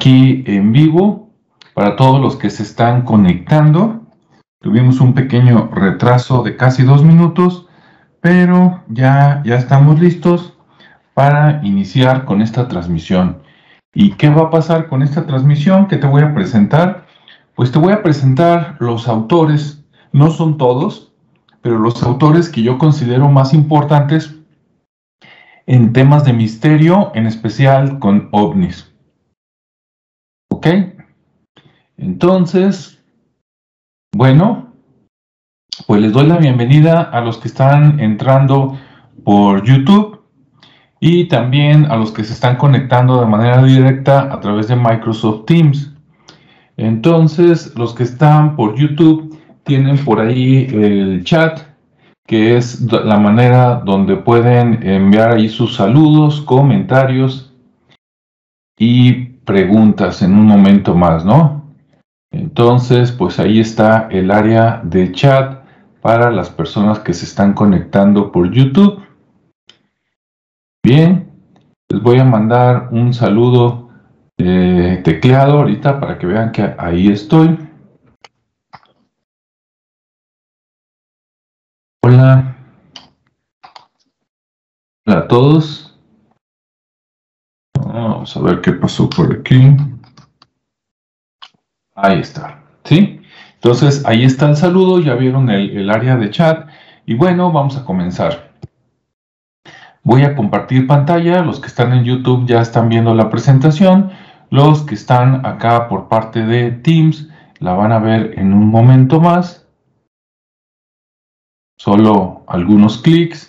aquí en vivo para todos los que se están conectando. Tuvimos un pequeño retraso de casi 2 minutos, pero ya estamos listos para iniciar con esta transmisión. ¿Y qué va a pasar con esta transmisión que te voy a presentar? Pues te voy a presentar los autores, no son todos, pero los autores que yo considero más importantes en temas de misterio, en especial con ovnis. ¿Ok? Entonces, bueno, pues les doy la bienvenida a los que están entrando por YouTube y también a los que se están conectando de manera directa a través de Microsoft Teams. Entonces, los que están por YouTube tienen por ahí el chat, que es la manera donde pueden enviar ahí sus saludos, comentarios y preguntas en un momento más, ¿no? Entonces, pues ahí está el área de chat para las personas que se están conectando por YouTube. Bien, les voy a mandar un saludo tecleado ahorita para que vean que ahí estoy. Hola. Hola a todos. Vamos a ver qué pasó por aquí. Ahí está, ¿sí? Entonces, ahí está el saludo, ya vieron el área de chat. Y bueno, vamos a comenzar. Voy a compartir pantalla. Los que están en YouTube ya están viendo la presentación. Los que están acá por parte de Teams la van a ver en un momento más. Solo algunos clics.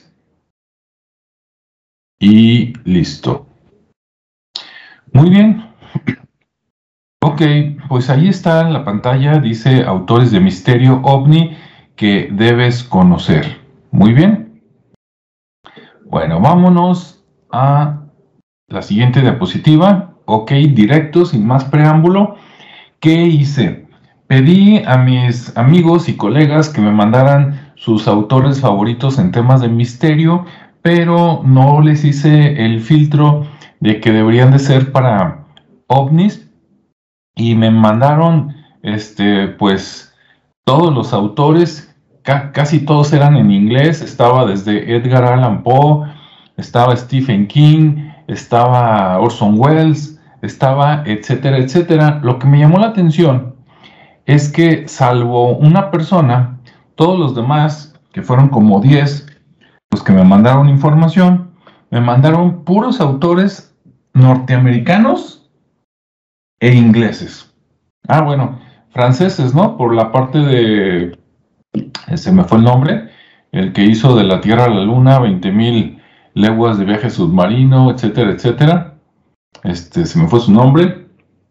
Y listo. Muy bien. Ok, pues ahí está en la pantalla, dice autores de misterio ovni que debes conocer. Muy bien. Bueno, vámonos a la siguiente diapositiva. Ok, directo, sin más preámbulo. ¿Qué hice? Pedí a mis amigos y colegas que me mandaran sus autores favoritos en temas de misterio, pero no les hice el filtro de que deberían de ser para ovnis. Y me mandaron, pues, todos los autores, casi todos eran en inglés. Estaba desde Edgar Allan Poe, estaba Stephen King, estaba Orson Welles, estaba etcétera, etcétera. Lo que me llamó la atención es que, salvo una persona, todos los demás, que fueron como 10, los que me mandaron información, me mandaron puros autores norteamericanos e ingleses. Ah, bueno, franceses, ¿no? Por la parte de, se me fue el nombre, el que hizo de la Tierra a la Luna, 20.000 leguas de viaje submarino, etcétera, etcétera. Se me fue su nombre.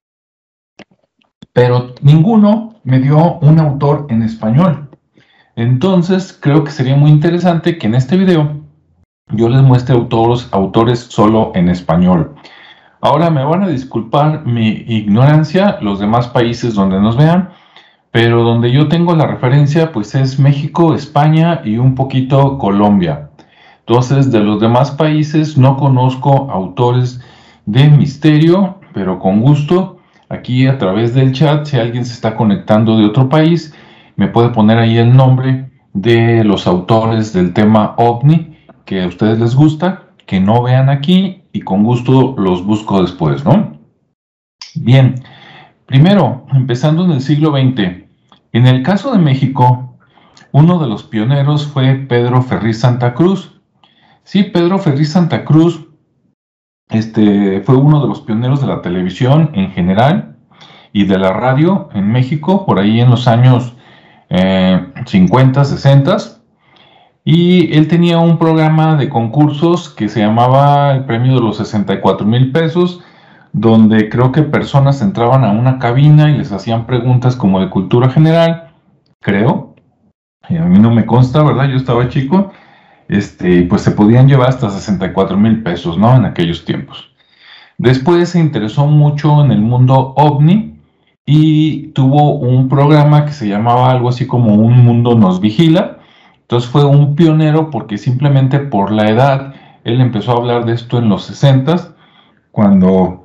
Pero ninguno me dio un autor en español. Entonces, creo que sería muy interesante que en este video yo les muestre autores solo en español. Ahora me van a disculpar mi ignorancia, los demás países donde nos vean, pero donde yo tengo la referencia pues es México, España y un poquito Colombia. Entonces, de los demás países no conozco autores de misterio, pero con gusto, aquí a través del chat, si alguien se está conectando de otro país, me puede poner ahí el nombre de los autores del tema OVNI que a ustedes les gusta, que no vean aquí, y con gusto los busco después, ¿no? Bien, primero, empezando en el siglo XX, en el caso de México, uno de los pioneros fue Pedro Ferriz Santa Cruz. Sí, Pedro Ferriz Santa Cruz fue uno de los pioneros de la televisión en general y de la radio en México, por ahí en los años 50, 60. Y él tenía un programa de concursos que se llamaba el premio de los 64,000 pesos, donde creo que personas entraban a una cabina y les hacían preguntas como de cultura general, creo, y a mí no me consta, ¿verdad? Yo estaba chico, pues se podían llevar hasta 64,000 pesos, ¿no? En aquellos tiempos. Después se interesó mucho en el mundo ovni y tuvo un programa que se llamaba algo así como Un Mundo Nos Vigila. Entonces fue un pionero porque simplemente por la edad, él empezó a hablar de esto en los 60s, cuando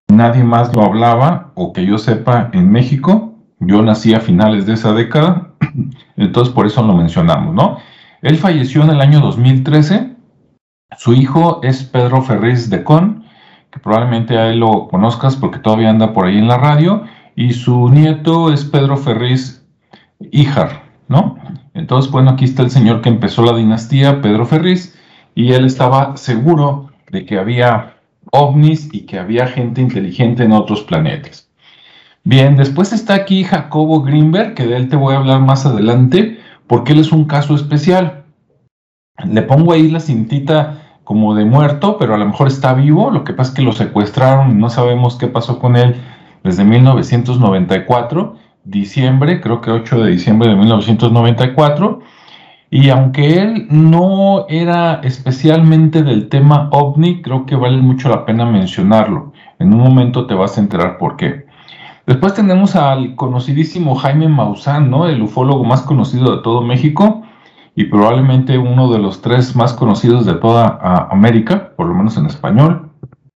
nadie más lo hablaba, o que yo sepa, en México. Yo nací a finales de esa década, entonces por eso lo mencionamos, ¿no? Él falleció en el año 2013. Su hijo es Pedro Ferriz de Con, que probablemente a él lo conozcas porque todavía anda por ahí en la radio, y su nieto es Pedro Ferriz Híjar, ¿no? Entonces, bueno, aquí está el señor que empezó la dinastía, Pedro Ferriz, y él estaba seguro de que había ovnis y que había gente inteligente en otros planetas. Bien, después está aquí Jacobo Greenberg, que de él te voy a hablar más adelante, porque él es un caso especial. Le pongo ahí la cintita como de muerto, pero a lo mejor está vivo. Lo que pasa es que lo secuestraron y no sabemos qué pasó con él desde 1994, diciembre, creo que 8 de diciembre de 1994. Y aunque él no era especialmente del tema ovni, creo que vale mucho la pena mencionarlo. En un momento te vas a enterar por qué. Después tenemos al conocidísimo Jaime Maussan, ¿no? El ufólogo más conocido de todo México y probablemente uno de los 3 más conocidos de toda América, por lo menos en español.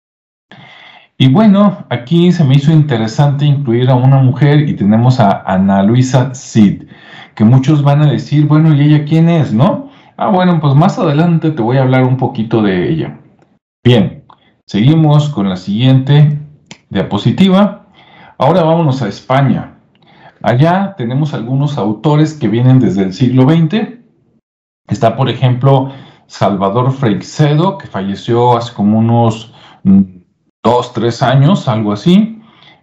Y bueno, aquí se me hizo interesante incluir a una mujer y tenemos a Ana Luisa Cid, que muchos van a decir, bueno, ¿y ella quién es, no? Bueno, pues más adelante te voy a hablar un poquito de ella. Bien, seguimos con la siguiente diapositiva. Ahora vámonos a España. Allá tenemos algunos autores que vienen desde el siglo XX. Está, por ejemplo, Salvador Freixedo, que falleció hace como unos 2, 3 años, algo así.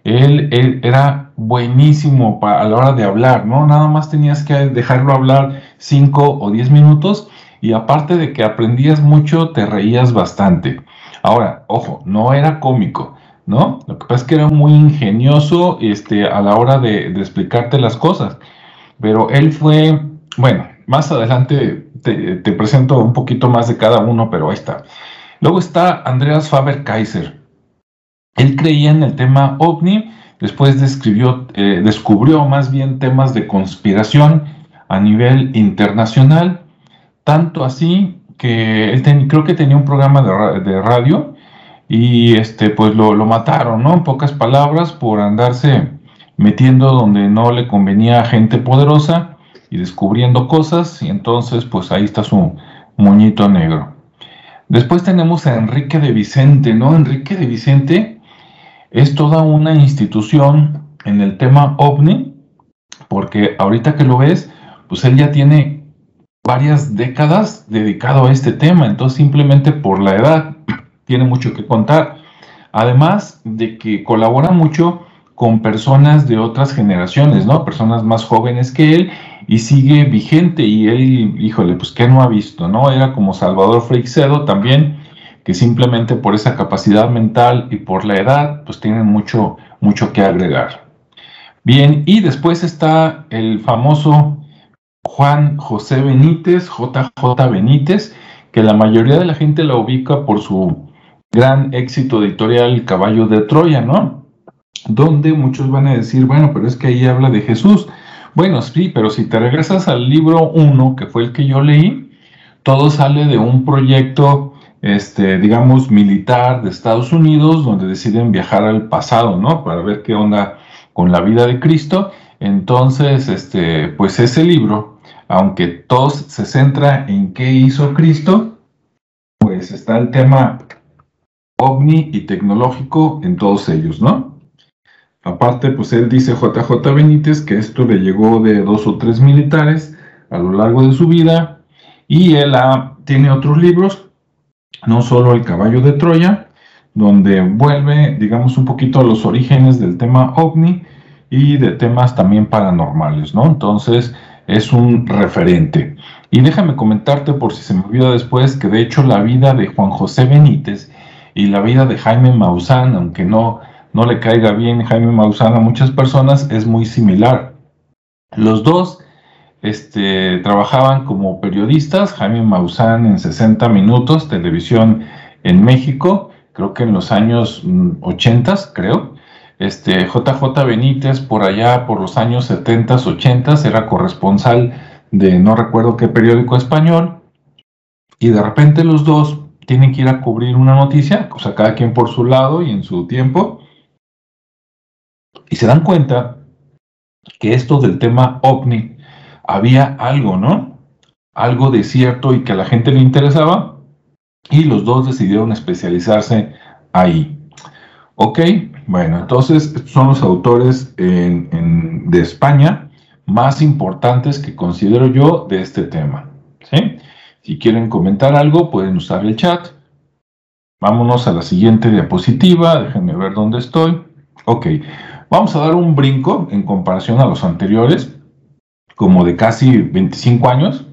Él era buenísimo a la hora de hablar, ¿no? Nada más tenías que dejarlo hablar 5 o 10 minutos y aparte de que aprendías mucho, te reías bastante. Ahora, ojo, no era cómico, ¿no? Lo que pasa es que era muy ingenioso a la hora de explicarte las cosas. Pero él fue, bueno, más adelante te presento un poquito más de cada uno, pero ahí está. Luego está Andreas Faber-Kaiser. Él creía en el tema ovni, después descubrió más bien temas de conspiración a nivel internacional, tanto así que él creo que tenía un programa de radio y pues lo mataron, ¿no? En pocas palabras, por andarse metiendo donde no le convenía a gente poderosa y descubriendo cosas, y entonces pues ahí está su moñito negro. Después tenemos a Enrique de Vicente, ¿no? Enrique de Vicente es toda una institución en el tema ovni, porque ahorita que lo ves, pues él ya tiene varias décadas dedicado a este tema, entonces simplemente por la edad tiene mucho que contar. Además de que colabora mucho con personas de otras generaciones, ¿no? Personas más jóvenes que él y sigue vigente y él, híjole, pues ¿qué no ha visto, no? Era como Salvador Freixedo también, que simplemente por esa capacidad mental y por la edad, pues tienen mucho, mucho que agregar. Bien, y después está el famoso Juan José Benítez, JJ Benítez, que la mayoría de la gente la ubica por su gran éxito editorial Caballo de Troya, ¿no? Donde muchos van a decir, bueno, pero es que ahí habla de Jesús. Bueno, sí, pero si te regresas al libro 1, que fue el que yo leí, todo sale de un proyecto, digamos, militar de Estados Unidos, donde deciden viajar al pasado, ¿no? Para ver qué onda con la vida de Cristo. Entonces, pues ese libro, aunque todo se centra en qué hizo Cristo, pues está el tema ovni y tecnológico en todos ellos, ¿no? Aparte, pues él dice JJ Benítez que esto le llegó de 2 o 3 militares a lo largo de su vida y él tiene otros libros, no solo El Caballo de Troya, donde vuelve, digamos, un poquito a los orígenes del tema ovni y de temas también paranormales, ¿no? Entonces, es un referente. Y déjame comentarte, por si se me olvida después, que de hecho la vida de Juan José Benítez y la vida de Jaime Maussan, aunque no le caiga bien Jaime Maussan a muchas personas, es muy similar. Los dos trabajaban como periodistas, Jaime Maussan en 60 Minutos, televisión en México, creo que en los años 80, creo. JJ Benítez por allá, por los años 70, 80, era corresponsal de no recuerdo qué periódico español, y de repente los dos tienen que ir a cubrir una noticia, o sea, cada quien por su lado y en su tiempo, Y se dan cuenta que esto del tema OVNI había algo, ¿no? Algo de cierto y que a la gente le interesaba, y los dos decidieron especializarse ahí. Ok, bueno, entonces estos son los autores de España más importantes que considero yo de este tema, ¿sí? Si quieren comentar algo, pueden usar el chat. Vámonos a la siguiente diapositiva, déjenme ver dónde estoy. Ok, vamos a dar un brinco en comparación a los anteriores, como de casi 25 años,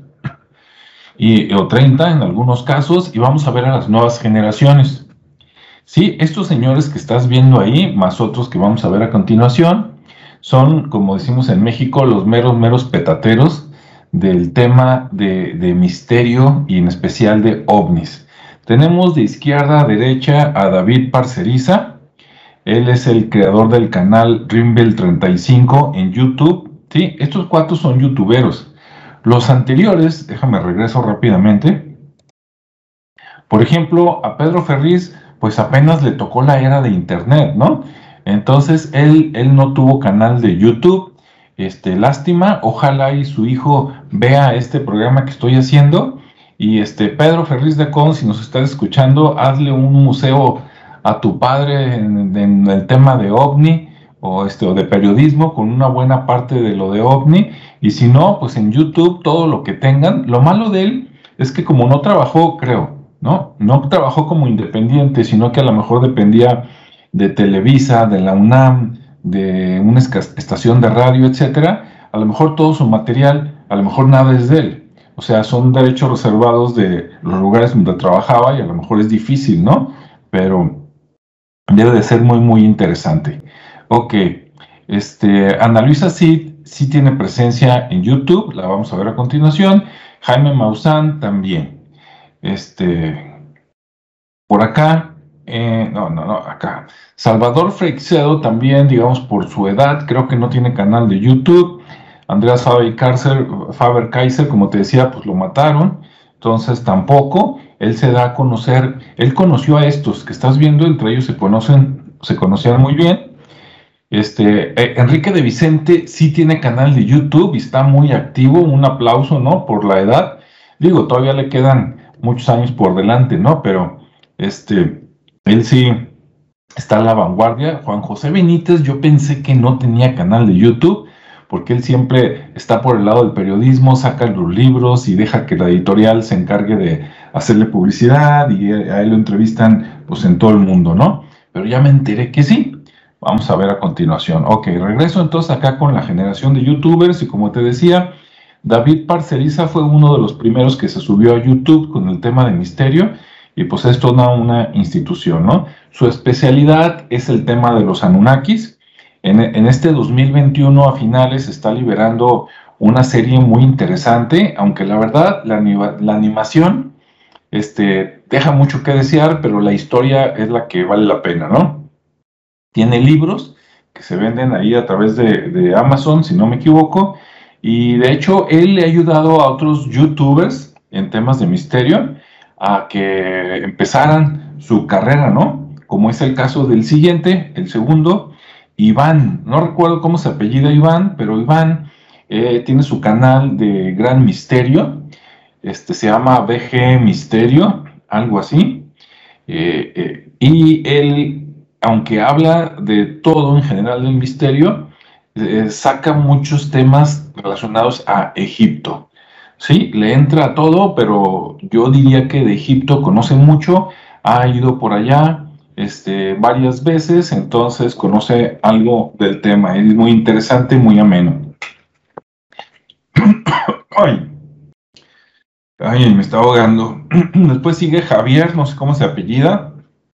o 30 en algunos casos, y vamos a ver a las nuevas generaciones. Sí, estos señores que estás viendo ahí, más otros que vamos a ver a continuación, son, como decimos en México, los meros petateros del tema de misterio y en especial de ovnis. Tenemos de izquierda a derecha a David Parceriza. Él es el creador del canal Rimbel35 en YouTube. Sí, estos cuatro son youtuberos. Los anteriores, déjame regreso rápidamente. Por ejemplo, a Pedro Ferriz, pues apenas le tocó la era de internet, ¿no? Entonces, él no tuvo canal de YouTube. Lástima, ojalá y su hijo vea este programa que estoy haciendo. Y Pedro Ferriz de Con, si nos estás escuchando, hazle un museo a tu padre en el tema de OVNI o de periodismo con una buena parte de lo de OVNI. Y si no, pues en YouTube todo lo que tengan. Lo malo de él es que como no trabajó, creo, no trabajó como independiente, sino que a lo mejor dependía de Televisa, de la UNAM, de una estación de radio, etcétera. A lo mejor todo su material, a lo mejor nada es de él. O sea, son derechos reservados de los lugares donde trabajaba y a lo mejor es difícil, ¿no? Pero debe de ser muy interesante. Ok, Ana Luisa sí tiene presencia en YouTube, la vamos a ver a continuación. Jaime Maussan también. Por acá, acá. Salvador Freixedo también, digamos, por su edad, creo que no tiene canal de YouTube. Andreas Faber-Kaiser, como te decía, pues lo mataron, entonces tampoco. Él se da a conocer, él conoció a estos que estás viendo, entre ellos se conocían muy bien. Enrique de Vicente sí tiene canal de YouTube y está muy activo, un aplauso, ¿no? Por la edad. Digo, todavía le quedan muchos años por delante, ¿no? Pero él sí está a la vanguardia. Juan José Benítez, yo pensé que no tenía canal de YouTube, porque él siempre está por el lado del periodismo, saca los libros y deja que la editorial se encargue de hacerle publicidad y a él lo entrevistan pues en todo el mundo, ¿no? Pero ya me enteré que sí. Vamos a ver a continuación. Ok, regreso entonces acá con la generación de youtubers y como te decía, David Parceriza fue uno de los primeros que se subió a YouTube con el tema de misterio y pues es toda una institución, ¿no? Su especialidad es el tema de los Anunnakis. En este 2021 a finales está liberando una serie muy interesante, aunque la verdad la animación deja mucho que desear, pero la historia es la que vale la pena, ¿no? Tiene libros que se venden ahí a través de Amazon, si no me equivoco, y de hecho él le ha ayudado a otros youtubers en temas de misterio a que empezaran su carrera, ¿no? Como es el caso del siguiente, el segundo, Iván. No recuerdo cómo se apellida Iván, pero Iván tiene su canal de Gran Misterio. Se llama BG Misterio, algo así. Y él, aunque habla de todo en general del misterio, saca muchos temas relacionados a Egipto. Sí, le entra a todo, pero yo diría que de Egipto conoce mucho, ha ido por allá varias veces, entonces conoce algo del tema. Es muy interesante, muy ameno. Ay, me está ahogando. Después sigue Javier, no sé cómo se apellida.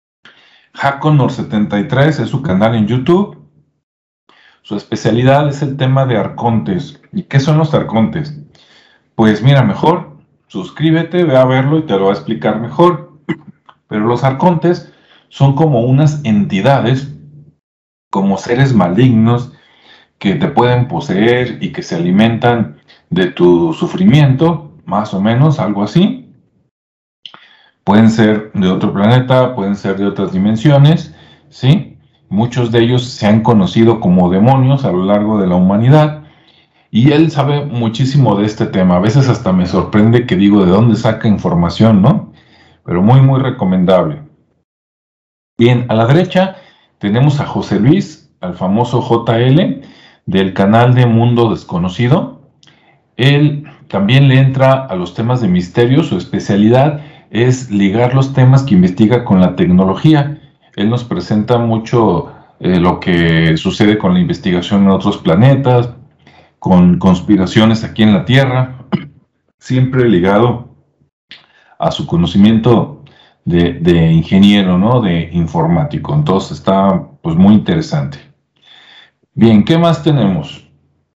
Haconor73 es su canal en YouTube. Su especialidad es el tema de arcontes. ¿Y qué son los arcontes? Pues mira, mejor suscríbete, ve a verlo y te lo voy a explicar mejor. Pero los arcontes son como unas entidades, como seres malignos que te pueden poseer y que se alimentan de tu sufrimiento, más o menos, algo así. Pueden ser de otro planeta, pueden ser de otras dimensiones, ¿sí? muchos de ellos se han conocido como demonios a lo largo de la humanidad, y él sabe muchísimo de este tema. A veces hasta me sorprende que digo de dónde saca información, ¿no? Pero muy, muy recomendable. Bien, a la derecha tenemos a José Luis, al famoso JL, del canal de Mundo Desconocido. Él también le entra a los temas de misterio. Su especialidad es ligar los temas que investiga con la tecnología. Él nos presenta mucho lo que sucede con la investigación en otros planetas, con conspiraciones aquí en la Tierra, siempre ligado a su conocimiento de ingeniero, ¿no? De informático. Entonces está pues muy interesante. Bien, ¿qué más tenemos?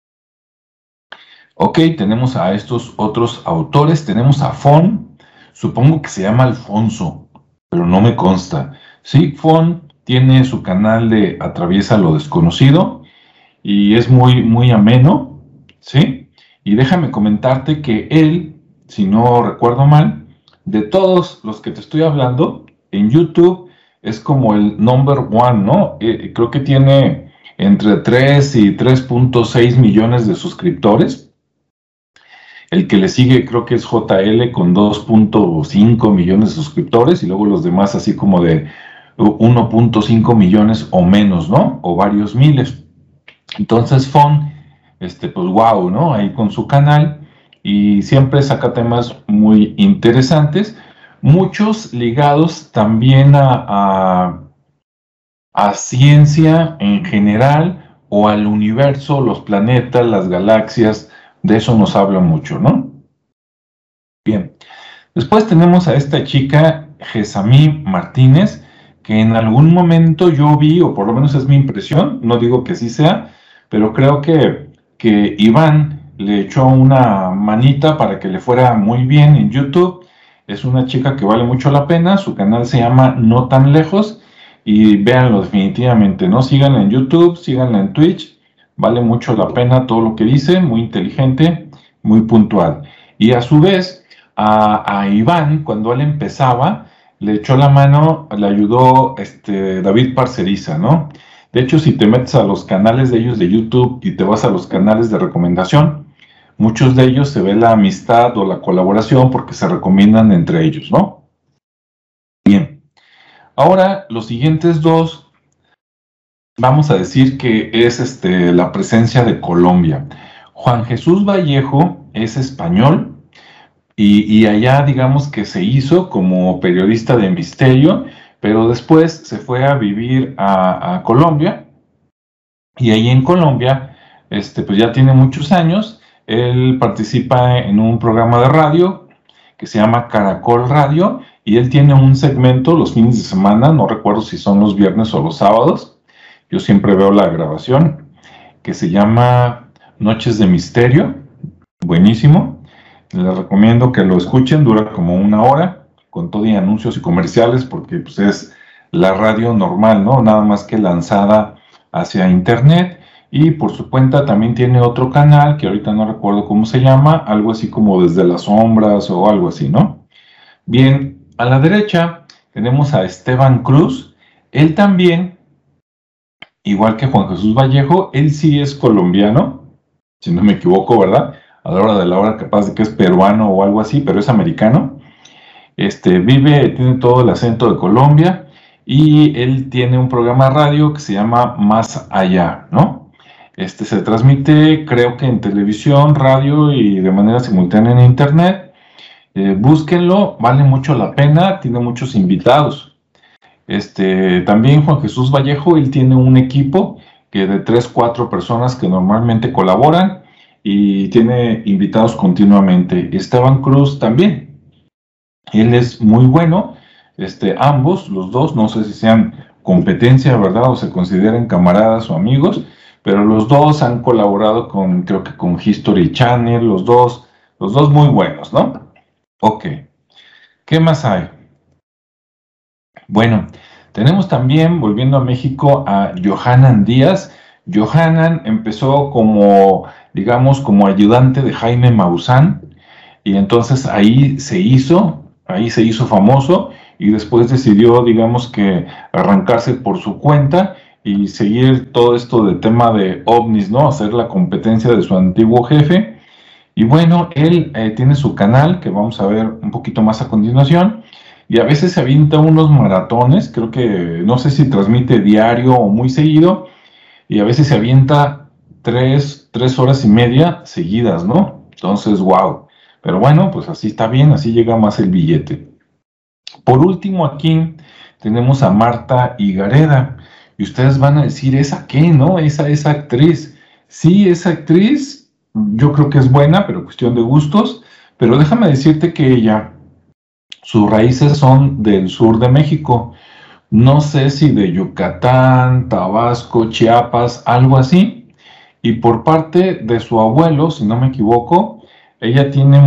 Ok, tenemos a estos otros autores. Tenemos a Fon, supongo que se llama Alfonso, pero no me consta. Sí, Fon tiene su canal de Atraviesa lo Desconocido y es muy, muy ameno, ¿sí? Y déjame comentarte que él, si no recuerdo mal, de todos los que te estoy hablando, en YouTube es como el number one, ¿no? Creo que tiene entre 3 y 3.6 millones de suscriptores. El que le sigue creo que es JL con 2.5 millones de suscriptores y luego los demás así como de 1.5 millones o menos, ¿no? O varios miles. Entonces Fon, pues wow, ¿no? Ahí con su canal y siempre saca temas muy interesantes, muchos ligados también a ciencia en general o al universo, los planetas, las galaxias, de eso nos habla mucho, ¿no? Bien, después tenemos a esta chica, Gesamí Martínez, que en algún momento yo vi, o por lo menos es mi impresión, no digo que sí sea, pero creo que Iván le echó una manita para que le fuera muy bien en YouTube. Es una chica que vale mucho la pena, su canal se llama No Tan Lejos, y véanlo definitivamente, ¿no? Síganla en YouTube, síganla en Twitch, vale mucho la pena todo lo que dice, muy inteligente, muy puntual. Y a su vez, a Iván, cuando él empezaba, le echó la mano, le ayudó David Parceriza, ¿no? De hecho, si te metes a los canales de ellos de YouTube y te vas a los canales de recomendación, muchos de ellos se ve la amistad o la colaboración porque se recomiendan entre ellos, ¿no? Bien. Ahora, los siguientes dos, vamos a decir que es la presencia de Colombia. Juan Jesús Vallejo es español y allá digamos que se hizo como periodista de misterio, pero después se fue a vivir a Colombia y ahí en Colombia pues ya tiene muchos años. Él participa en un programa de radio que se llama Caracol Radio y él tiene un segmento los fines de semana, no recuerdo si son los viernes o los sábados, yo siempre veo la grabación, que se llama Noches de Misterio, buenísimo. Les recomiendo que lo escuchen, dura como 1 hora, con todo y anuncios y comerciales, porque pues, es la radio normal, ¿no? Nada más que lanzada hacia internet. Y por su cuenta también tiene otro canal, que ahorita no recuerdo cómo se llama, algo así como Desde las Sombras o algo así, ¿no? Bien, a la derecha tenemos a Esteban Cruz. Él también, igual que Juan Jesús Vallejo, él sí es colombiano, si no me equivoco, ¿verdad? A la hora de la hora, capaz de que es peruano o algo así, pero es americano. Tiene todo el acento de Colombia y él tiene un programa de radio que se llama Más Allá, ¿no? Se transmite, creo que en televisión, radio y de manera simultánea en internet. Búsquenlo, vale mucho la pena, tiene muchos invitados. También Juan Jesús Vallejo, él tiene un equipo que de 3, 4 personas que normalmente colaboran y tiene invitados continuamente. Esteban Cruz también, él es muy bueno, ambos, los dos, no sé si sean competencia, ¿verdad? O se consideren camaradas o amigos, pero los dos han colaborado creo que con History Channel, los dos muy buenos, ¿no? Ok, ¿qué más hay? Bueno, tenemos también, volviendo a México, a Johanan Díaz. Johanan empezó como, digamos, como ayudante de Jaime Maussan, y entonces ahí se hizo famoso, y después decidió, digamos que, arrancarse por su cuenta, y seguir todo esto de tema de ovnis, ¿no? Hacer la competencia de su antiguo jefe. Y bueno, él tiene su canal, que vamos a ver un poquito más a continuación, y a veces se avienta unos maratones, creo que no sé si transmite diario o muy seguido, y a veces se avienta 3 horas y media seguidas, ¿no? Entonces, wow. Pero bueno, pues así está bien, así llega más el billete. Por último, aquí tenemos a Marta Higareda. Y ustedes van a decir, ¿esa qué, no? Esa actriz. Sí, esa actriz, yo creo que es buena, pero cuestión de gustos. Pero déjame decirte que ella, sus raíces son del sur de México. No sé si de Yucatán, Tabasco, Chiapas, algo así. Y por parte de su abuelo, si no me equivoco, ella tiene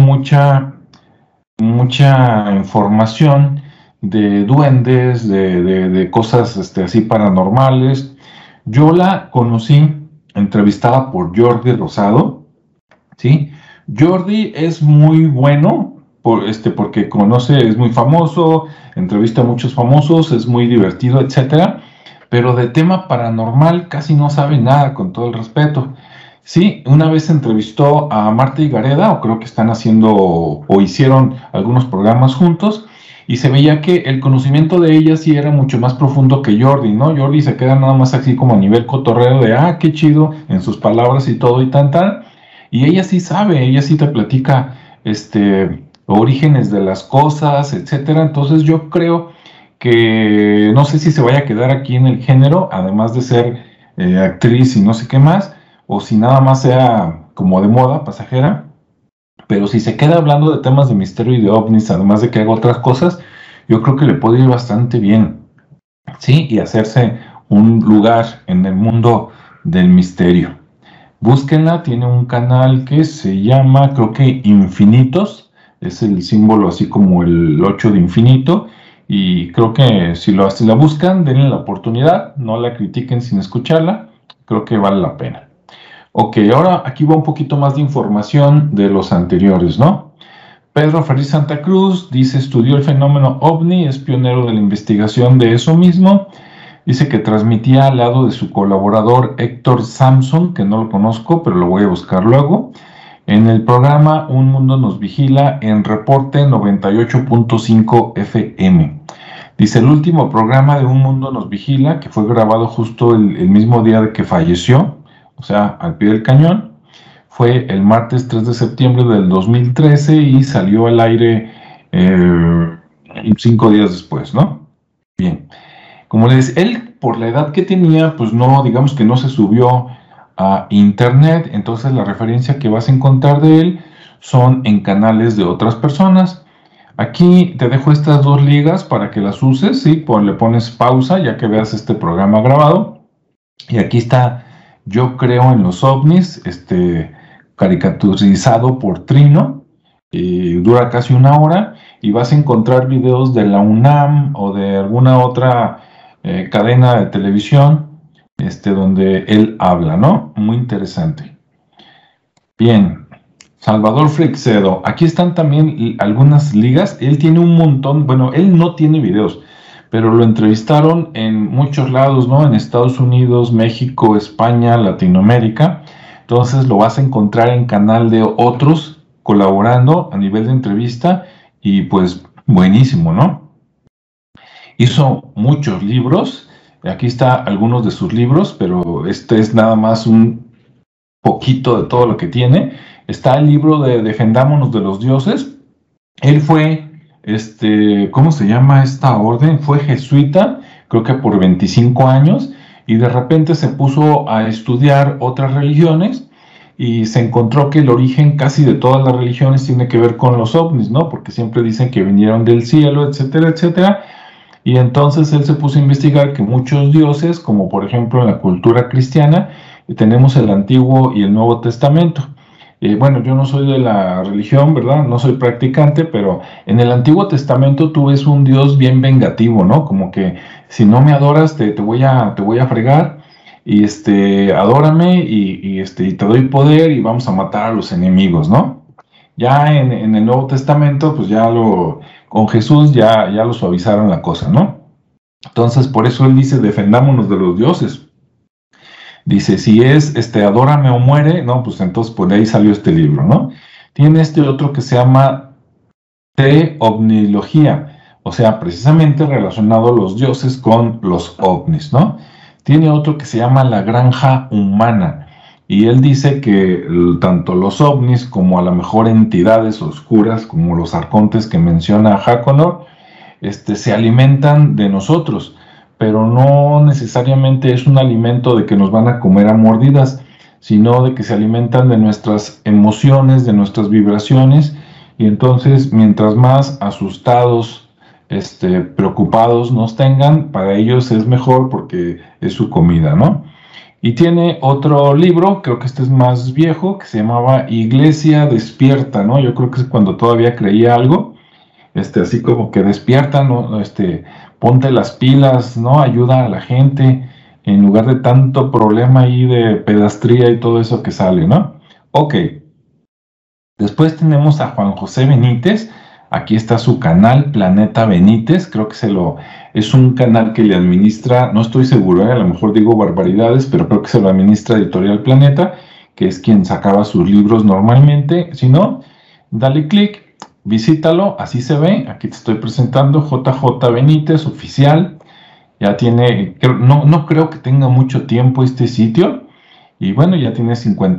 mucha información de duendes, de cosas así paranormales. Yo la conocí entrevistada por Jordi Rosado, ¿sí? Jordi es muy bueno porque conoce, es muy famoso, entrevista a muchos famosos, es muy divertido, etcétera, pero de tema paranormal casi no sabe nada, con todo el respeto. Sí, una vez entrevistó a Marta Higareda, o creo que están haciendo o hicieron algunos programas juntos, y se veía que el conocimiento de ella sí era mucho más profundo que Jordi, ¿no? Jordi se queda nada más así como a nivel cotorreo de, qué chido, en sus palabras y todo y tan, y ella sí sabe, ella sí te platica, orígenes de las cosas, etcétera. Entonces yo creo que no sé si se vaya a quedar aquí en el género, además de ser actriz y no sé qué más, o si nada más sea como de moda, pasajera, pero si se queda hablando de temas de misterio y de ovnis, además de que haga otras cosas, yo creo que le puede ir bastante bien, ¿sí? Y hacerse un lugar en el mundo del misterio. Búsquenla, tiene un canal que se llama, creo que Infinitos, es el símbolo así como el 8 de infinito, y creo que si la buscan, denle la oportunidad, no la critiquen sin escucharla, creo que vale la pena. Ok, ahora aquí va un poquito más de información de los anteriores, ¿no? Pedro Ferriz Santa Cruz dice, estudió el fenómeno OVNI, es pionero de la investigación de eso mismo. Dice que transmitía al lado de su colaborador Héctor Samson, que no lo conozco, pero lo voy a buscar luego, en el programa Un Mundo Nos Vigila en Reporte 98.5 FM. Dice, el último programa de Un Mundo Nos Vigila, que fue grabado justo el mismo día de que falleció, o sea, al pie del cañón, fue el martes 3 de septiembre del 2013 y salió al aire 5 días después, ¿no? Bien. Como les, él por la edad que tenía, pues no, digamos que no se subió a internet, entonces la referencia que vas a encontrar de él son en canales de otras personas. Aquí te dejo estas dos ligas para que las uses, ¿sí? Le pones pausa ya que veas este programa grabado. Y aquí está Yo Creo en los OVNIs, caricaturizado por Trino, dura casi 1 hora, y vas a encontrar videos de la UNAM o de alguna otra cadena de televisión, donde él habla, ¿no? Muy interesante. Bien, Salvador Freixedo, aquí están también algunas ligas, él tiene un montón, bueno, él no tiene videos, pero lo entrevistaron en muchos lados, ¿no? En Estados Unidos, México, España, Latinoamérica, entonces lo vas a encontrar en canal de otros colaborando a nivel de entrevista y pues buenísimo, ¿no? Hizo muchos libros, aquí está algunos de sus libros, pero este es nada más un poquito de todo lo que tiene. Está el libro de Defendámonos de los Dioses. Él fue, ¿cómo se llama esta orden? Fue jesuita, creo que por 25 años, y de repente se puso a estudiar otras religiones y se encontró que el origen casi de todas las religiones tiene que ver con los ovnis, ¿no? Porque siempre dicen que vinieron del cielo, etcétera, etcétera. Y entonces él se puso a investigar que muchos dioses, como por ejemplo en la cultura cristiana, tenemos el Antiguo y el Nuevo Testamento. Bueno, yo no soy de la religión, ¿verdad? No soy practicante, pero en el Antiguo Testamento tú ves un Dios bien vengativo, ¿no? Como que si no me adoras te voy a fregar, y adórame y te doy poder y vamos a matar a los enemigos, ¿no? Ya en el Nuevo Testamento, pues con Jesús ya lo suavizaron la cosa, ¿no? Entonces, por eso él dice, defendámonos de los dioses. Dice, si es Adórame o muere, no, pues entonces por ahí salió este libro, ¿no? Tiene este otro que se llama Ovnilogía, o sea, precisamente relacionado los dioses con los ovnis, ¿no? Tiene otro que se llama La Granja Humana, y él dice que tanto los ovnis como a lo mejor entidades oscuras, como los arcontes que menciona Hakonor, se alimentan de nosotros, pero no necesariamente es un alimento de que nos van a comer a mordidas, sino de que se alimentan de nuestras emociones, de nuestras vibraciones, y entonces mientras más asustados, preocupados nos tengan, para ellos es mejor porque es su comida, ¿no? Y tiene otro libro, creo que este es más viejo, que se llamaba Iglesia Despierta, ¿no? Yo creo que es cuando todavía creía algo, así como que despierta, ¿no? Ponte las pilas, ¿no? Ayuda a la gente, en lugar de tanto problema ahí de pedastría y todo eso que sale, ¿no? Ok. Después tenemos a Juan José Benítez. Aquí está su canal, Planeta Benítez. Creo que es un canal que le administra, no estoy seguro, a lo mejor digo barbaridades, pero creo que se lo administra Editorial Planeta, que es quien sacaba sus libros normalmente. Si no, dale clic, visítalo, así se ve. Aquí te estoy presentando JJ Benítez, oficial. Ya tiene, no creo que tenga mucho tiempo este sitio. Y bueno, ya tiene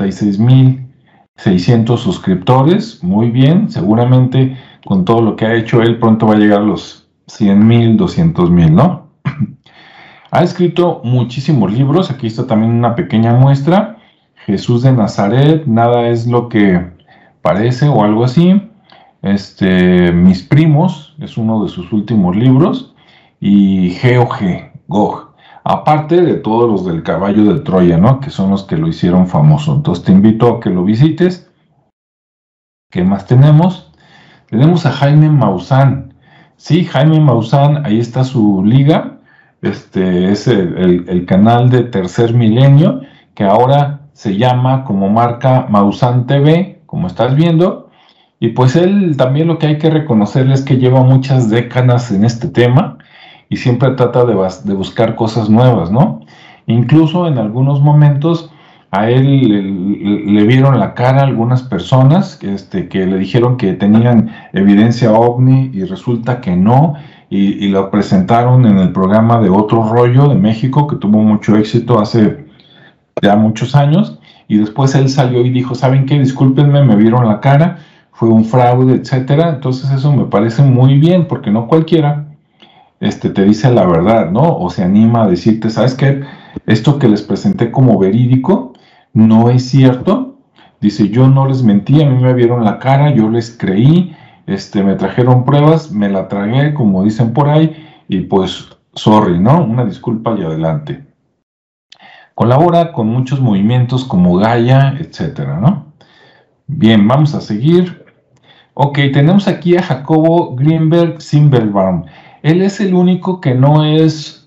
56,600 suscriptores. Muy bien, seguramente con todo lo que ha hecho él pronto va a llegar a los 100,000, 200,000, ¿no? Ha escrito muchísimos libros. Aquí está también una pequeña muestra. Jesús de Nazaret, nada es lo que parece o algo así. Mis primos, es uno de sus últimos libros. Y Gog. Aparte de todos los del caballo de Troya, ¿no? Que son los que lo hicieron famoso. Entonces te invito a que lo visites. ¿Qué más tenemos? Tenemos a Jaime Maussan. Sí, Jaime Maussan, ahí está su liga. Es el canal de Tercer Milenio, que ahora se llama como marca Maussan TV, como estás viendo. Y pues él también lo que hay que reconocerle es que lleva muchas décadas en este tema y siempre trata de buscar cosas nuevas, ¿no? Incluso en algunos momentos a él le vieron la cara a algunas personas que le dijeron que tenían evidencia ovni y resulta que no, y lo presentaron en el programa de Otro Rollo de México, que tuvo mucho éxito hace ya muchos años, y después él salió y dijo, ¿saben qué? Discúlpenme, me vieron la cara, fue un fraude, etcétera. Entonces eso me parece muy bien, porque no cualquiera te dice la verdad, ¿no? O se anima a decirte, ¿sabes qué? Esto que les presenté como verídico no es cierto. Dice, yo no les mentí, a mí me vieron la cara, yo les creí, me trajeron pruebas, me la tragué, como dicen por ahí, y pues, sorry, ¿no? Una disculpa y adelante. Colabora con muchos movimientos como Gaia, etcétera, ¿no? Bien, vamos a seguir. Ok, tenemos aquí a Jacobo Greenberg Simmelbaum. Él es el único que no es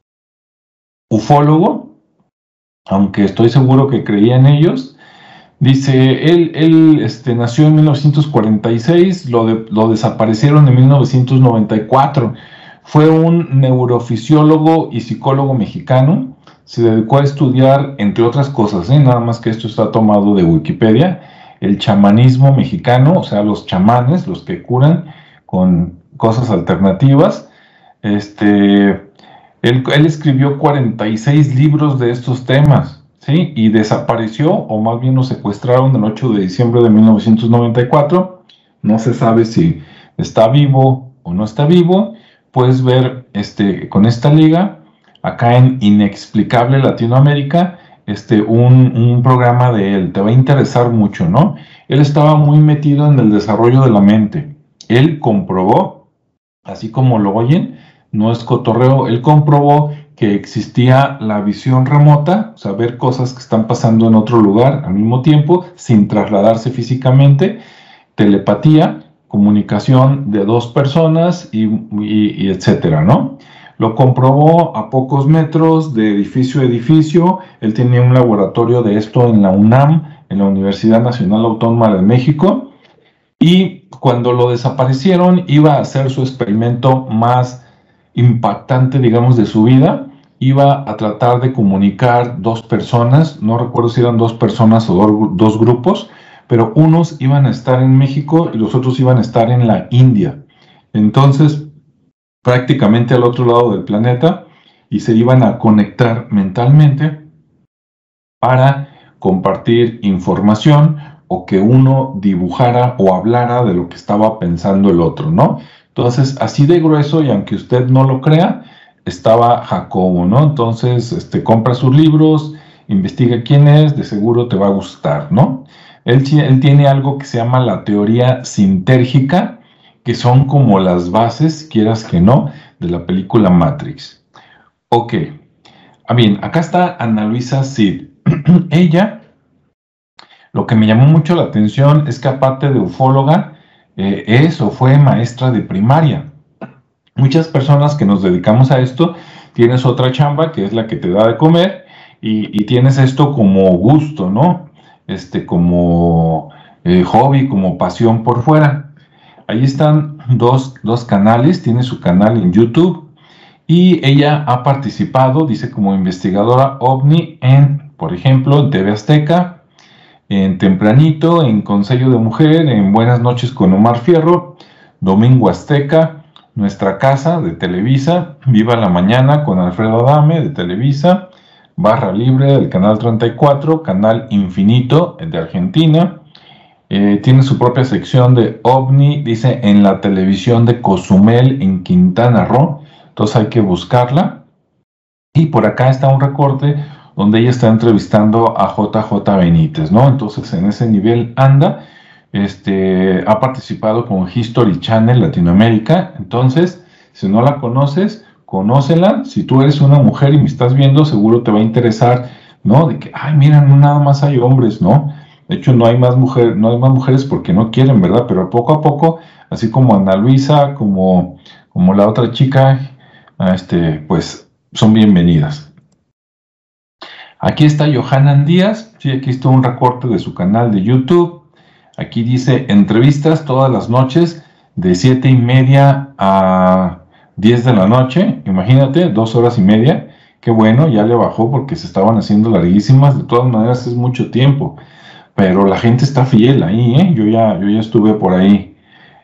ufólogo, aunque estoy seguro que creía en ellos. Dice, él nació en 1946, lo desaparecieron en 1994. Fue un neurofisiólogo y psicólogo mexicano. Se dedicó a estudiar, entre otras cosas, nada más que esto está tomado de Wikipedia, el chamanismo mexicano, o sea, los chamanes, los que curan con cosas alternativas. Él escribió 46 libros de estos temas, ¿sí? Y desapareció, o más bien lo secuestraron el 8 de diciembre de 1994. No se sabe si está vivo o no está vivo. Puedes ver con esta liga, acá en Inexplicable Latinoamérica, un programa de él. Te va a interesar mucho, ¿no? Él estaba muy metido en el desarrollo de la mente. Él comprobó, así como lo oyen, no es cotorreo, él comprobó que existía la visión remota, o sea, ver cosas que están pasando en otro lugar al mismo tiempo, sin trasladarse físicamente, telepatía, comunicación de dos personas y etcétera, ¿no? Lo comprobó a pocos metros de edificio a edificio. Él tenía un laboratorio de esto en la UNAM, en la Universidad Nacional Autónoma de México, y cuando lo desaparecieron iba a hacer su experimento más impactante, digamos, de su vida. iba a tratar de comunicar dos personas, no recuerdo si eran dos personas o dos grupos, pero unos iban a estar en México y los otros iban a estar en la India. Entonces, prácticamente al otro lado del planeta, y se iban a conectar mentalmente para compartir información o que uno dibujara o hablara de lo que estaba pensando el otro, ¿no? Entonces, así de grueso, y aunque usted no lo crea, estaba Jacobo, ¿no? Entonces, compra sus libros, investiga quién es, de seguro te va a gustar, ¿no? Él tiene algo que se llama la teoría sintérgica, que son como las bases, quieras que no, de la película Matrix. Ok, bien, acá está Ana Luisa Cid. Ella, lo que me llamó mucho la atención es que aparte de ufóloga, es o fue maestra de primaria. Muchas personas que nos dedicamos a esto, tienes otra chamba que es la que te da de comer y tienes esto como gusto, ¿no? Como hobby, como pasión por fuera. Ahí están dos canales, tiene su canal en YouTube y ella ha participado, dice, como investigadora OVNI en, por ejemplo, en TV Azteca, en Tempranito, en Consejo de Mujer, en Buenas noches con Omar Fierro, Domingo Azteca, Nuestra Casa de Televisa, Viva la Mañana con Alfredo Adame de Televisa, Barra Libre del Canal 34, Canal Infinito de Argentina. Tiene su propia sección de OVNI, dice, en la televisión de Cozumel en Quintana Roo, entonces hay que buscarla. Y por acá está un recorte donde ella está entrevistando a JJ Benítez, ¿no? Entonces en ese nivel anda, ha participado con History Channel Latinoamérica, entonces si no la conoces, conócela. Si tú eres una mujer y me estás viendo, seguro te va a interesar, ¿no? De que, ay, mira, no nada más hay hombres, ¿no? De hecho, no hay más mujeres porque no quieren, ¿verdad? Pero poco a poco, así como Ana Luisa, como la otra chica, pues son bienvenidas. Aquí está Johanan Díaz, sí, aquí está un recorte de su canal de YouTube. Aquí dice entrevistas todas las noches de 7:30 a 10 de la noche. Imagínate, 2 horas y media. Qué bueno, ya le bajó porque se estaban haciendo larguísimas. De todas maneras es mucho tiempo, pero la gente está fiel ahí, ¿eh? Yo ya estuve por ahí,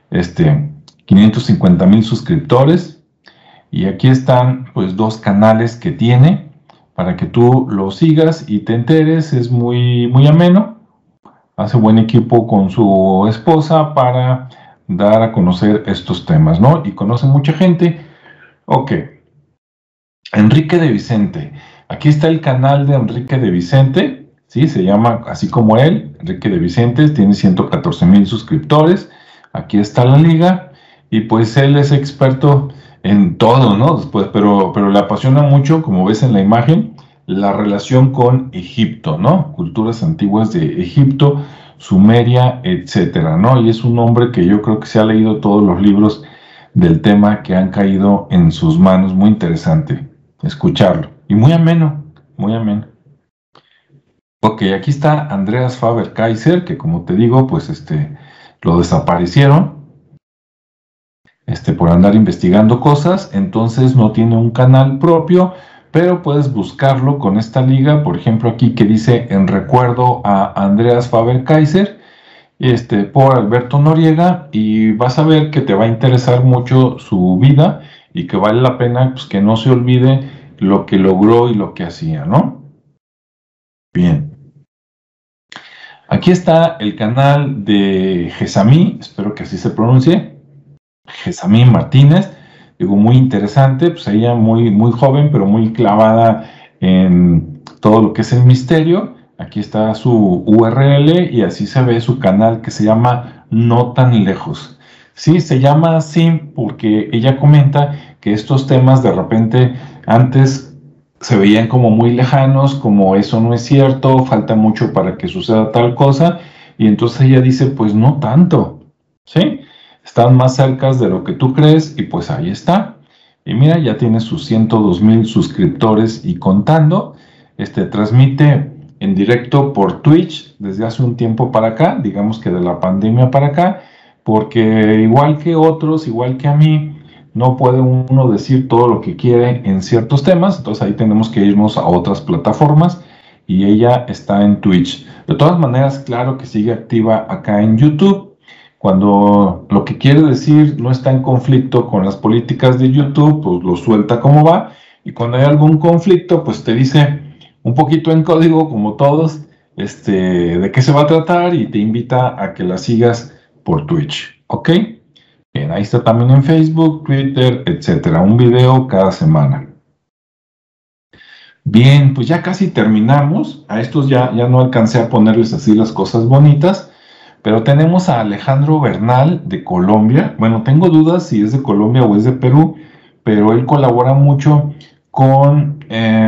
550,000 suscriptores. Y aquí están, pues, dos canales que tiene para que tú lo sigas y te enteres. Es muy, muy ameno. Hace buen equipo con su esposa para dar a conocer estos temas, ¿no? Y conoce mucha gente. Ok. Enrique de Vicente. Aquí está el canal de Enrique de Vicente. Sí, se llama así como él, Enrique de Vicente. Tiene 114,000 suscriptores. Aquí está la liga. Y pues él es experto en todo, ¿no? Después, pero le apasiona mucho, como ves en la imagen, la relación con Egipto, ¿no? Culturas antiguas de Egipto, Sumeria, etcétera, ¿no? Y es un hombre que yo creo que se ha leído todos los libros del tema que han caído en sus manos. Muy interesante escucharlo. Y muy ameno, muy ameno. Ok, aquí está Andreas Faber-Kaiser, que como te digo, pues lo desaparecieron. Por andar investigando cosas, entonces no tiene un canal propio, pero puedes buscarlo con esta liga, por ejemplo aquí que dice en recuerdo a Andreas Faber-Kaiser, por Alberto Noriega, y vas a ver que te va a interesar mucho su vida y que vale la pena, pues, que no se olvide lo que logró y lo que hacía, ¿no? Bien. Aquí está el canal de Gesamí, espero que así se pronuncie, Gesamí Martínez, digo, muy interesante, pues ella muy, muy joven, pero muy clavada en todo lo que es el misterio. Aquí está su URL y así se ve su canal que se llama No Tan Lejos. Sí, se llama así porque ella comenta que estos temas de repente antes se veían como muy lejanos, como eso no es cierto, falta mucho para que suceda tal cosa, y entonces ella dice, pues no tanto, ¿sí? Están más cerca de lo que tú crees y pues ahí está. Y mira, ya tiene sus 102,000 suscriptores y contando. Transmite en directo por Twitch desde hace un tiempo para acá, digamos que de la pandemia para acá, porque igual que otros, igual que a mí, no puede uno decir todo lo que quiere en ciertos temas, entonces ahí tenemos que irnos a otras plataformas y ella está en Twitch. De todas maneras, claro que sigue activa acá en YouTube. Cuando lo que quiere decir no está en conflicto con las políticas de YouTube, pues lo suelta como va. Y cuando hay algún conflicto, pues te dice un poquito en código, como todos, de qué se va a tratar y te invita a que la sigas por Twitch. ¿Ok? Bien, ahí está también en Facebook, Twitter, etcétera. Un video cada semana. Bien, pues ya casi terminamos. A estos ya no alcancé a ponerles así las cosas bonitas, pero tenemos a Alejandro Bernal de Colombia. Bueno, tengo dudas si es de Colombia o es de Perú, pero él colabora mucho con,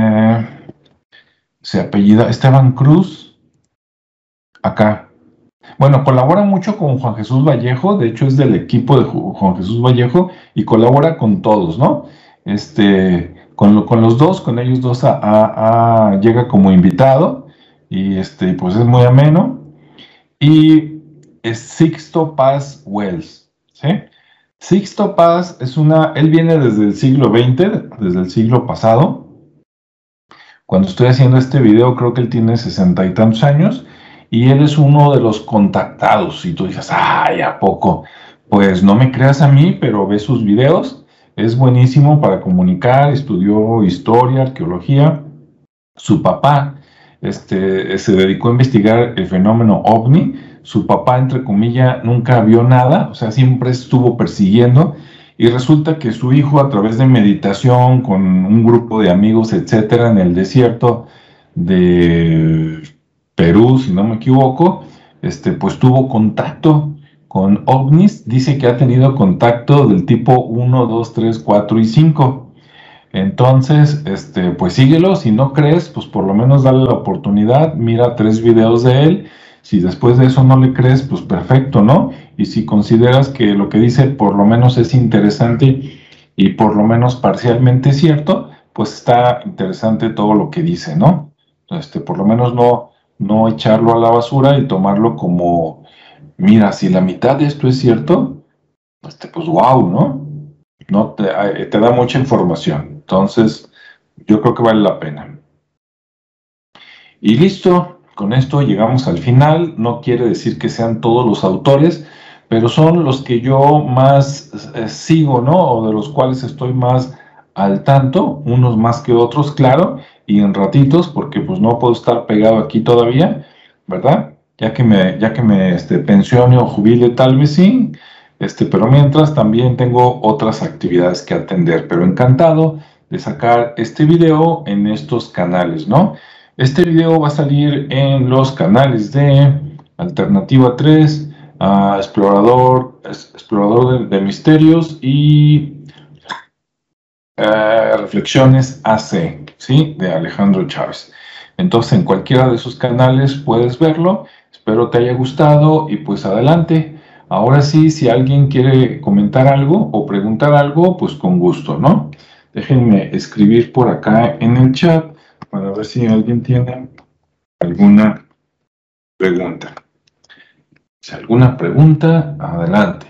se apellida Esteban Cruz, acá. Bueno, colabora mucho con Juan Jesús Vallejo, de hecho es del equipo de Juan Jesús Vallejo y colabora con todos, ¿no? Con los dos, con ellos dos llega como invitado y pues es muy ameno. Y es Sixto Paz Wells, ¿sí? Sixto Paz él viene desde el siglo XX, desde el siglo pasado. Cuando estoy haciendo este video creo que él tiene 60 y tantos años y él es uno de los contactados. Y tú dices, ¡ay, a poco! Pues no me creas a mí, pero ve sus videos. Es buenísimo para comunicar, estudió historia, arqueología. Su papá se dedicó a investigar el fenómeno OVNI. Su papá, entre comillas, nunca vio nada, o sea, siempre estuvo persiguiendo. Y resulta que su hijo, a través de meditación con un grupo de amigos, etcétera, en el desierto de Perú, si no me equivoco, pues tuvo contacto con ovnis. Dice que ha tenido contacto del tipo 1, 2, 3, 4 y 5. Entonces, pues síguelo. Si no crees, pues por lo menos dale la oportunidad. Mira 3 videos de él. Si después de eso no le crees, pues perfecto, ¿no? Y si consideras que lo que dice por lo menos es interesante y por lo menos parcialmente cierto, pues está interesante todo lo que dice, ¿no? Por lo menos no echarlo a la basura y tomarlo como, mira, si la mitad de esto es cierto, pues wow, ¿no? No te da mucha información. Entonces, yo creo que vale la pena. Y listo, con esto llegamos al final. No quiere decir que sean todos los autores, pero son los que yo más sigo, ¿no? O de los cuales estoy más al tanto, unos más que otros, claro, y en ratitos, porque pues no puedo estar pegado aquí todavía, ¿verdad? Ya que me pensione o jubile, tal vez sí, pero mientras también tengo otras actividades que atender, pero encantado de sacar este video en estos canales, ¿no? Este video va a salir en los canales de Alternativa 3, Explorador de Misterios y Reflexiones AC, ¿sí? De Alejandro Chávez. Entonces, en cualquiera de esos canales puedes verlo. Espero te haya gustado y pues adelante. Ahora sí, si alguien quiere comentar algo o preguntar algo, pues con gusto, ¿no? Déjenme escribir por acá en el chat para ver si alguien tiene alguna pregunta. Si alguna pregunta, adelante.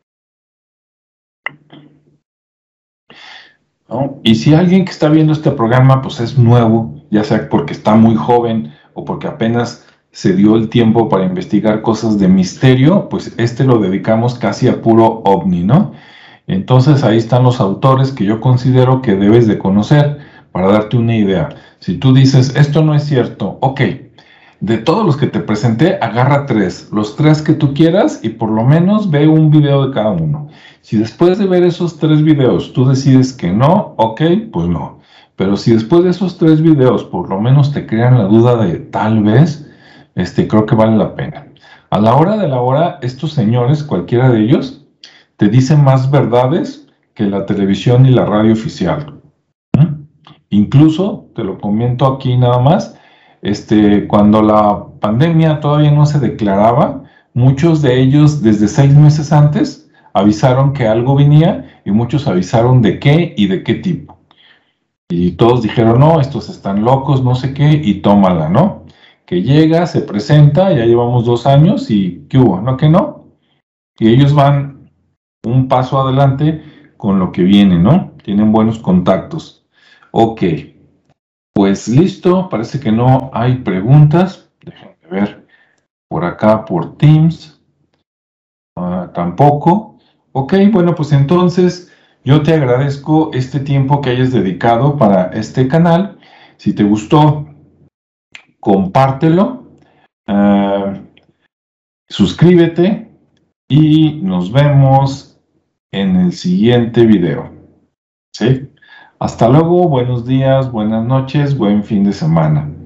¿No? Y si alguien que está viendo este programa pues es nuevo, ya sea porque está muy joven o porque apenas se dio el tiempo para investigar cosas de misterio, pues lo dedicamos casi a puro ovni, ¿no? Entonces ahí están los autores que yo considero que debes de conocer para darte una idea. Si tú dices, esto no es cierto, ok, de todos los que te presenté, agarra 3, los 3 que tú quieras y por lo menos ve un video de cada uno. Si después de ver esos 3 videos tú decides que no, ok, pues no. Pero si después de esos 3 videos por lo menos te crean la duda de tal vez, creo que vale la pena. A la hora de la hora, estos señores, cualquiera de ellos, te dicen más verdades que la televisión y la radio oficial. Incluso, te lo comento aquí nada más, cuando la pandemia todavía no se declaraba, muchos de ellos desde 6 meses antes avisaron que algo venía y muchos avisaron de qué y de qué tipo. Y todos dijeron, no, estos están locos, no sé qué, y tómala, ¿no? Que llega, se presenta, ya llevamos 2 años y ¿qué hubo? ¿No que no? Y ellos van un paso adelante con lo que viene, ¿no? Tienen buenos contactos. Ok, pues listo, parece que no hay preguntas. Déjenme ver por acá, por Teams. Tampoco. Ok, bueno, pues entonces yo te agradezco este tiempo que hayas dedicado para este canal. Si te gustó, compártelo, ah, suscríbete y nos vemos en el siguiente video. ¿Sí? Hasta luego, buenos días, buenas noches, buen fin de semana.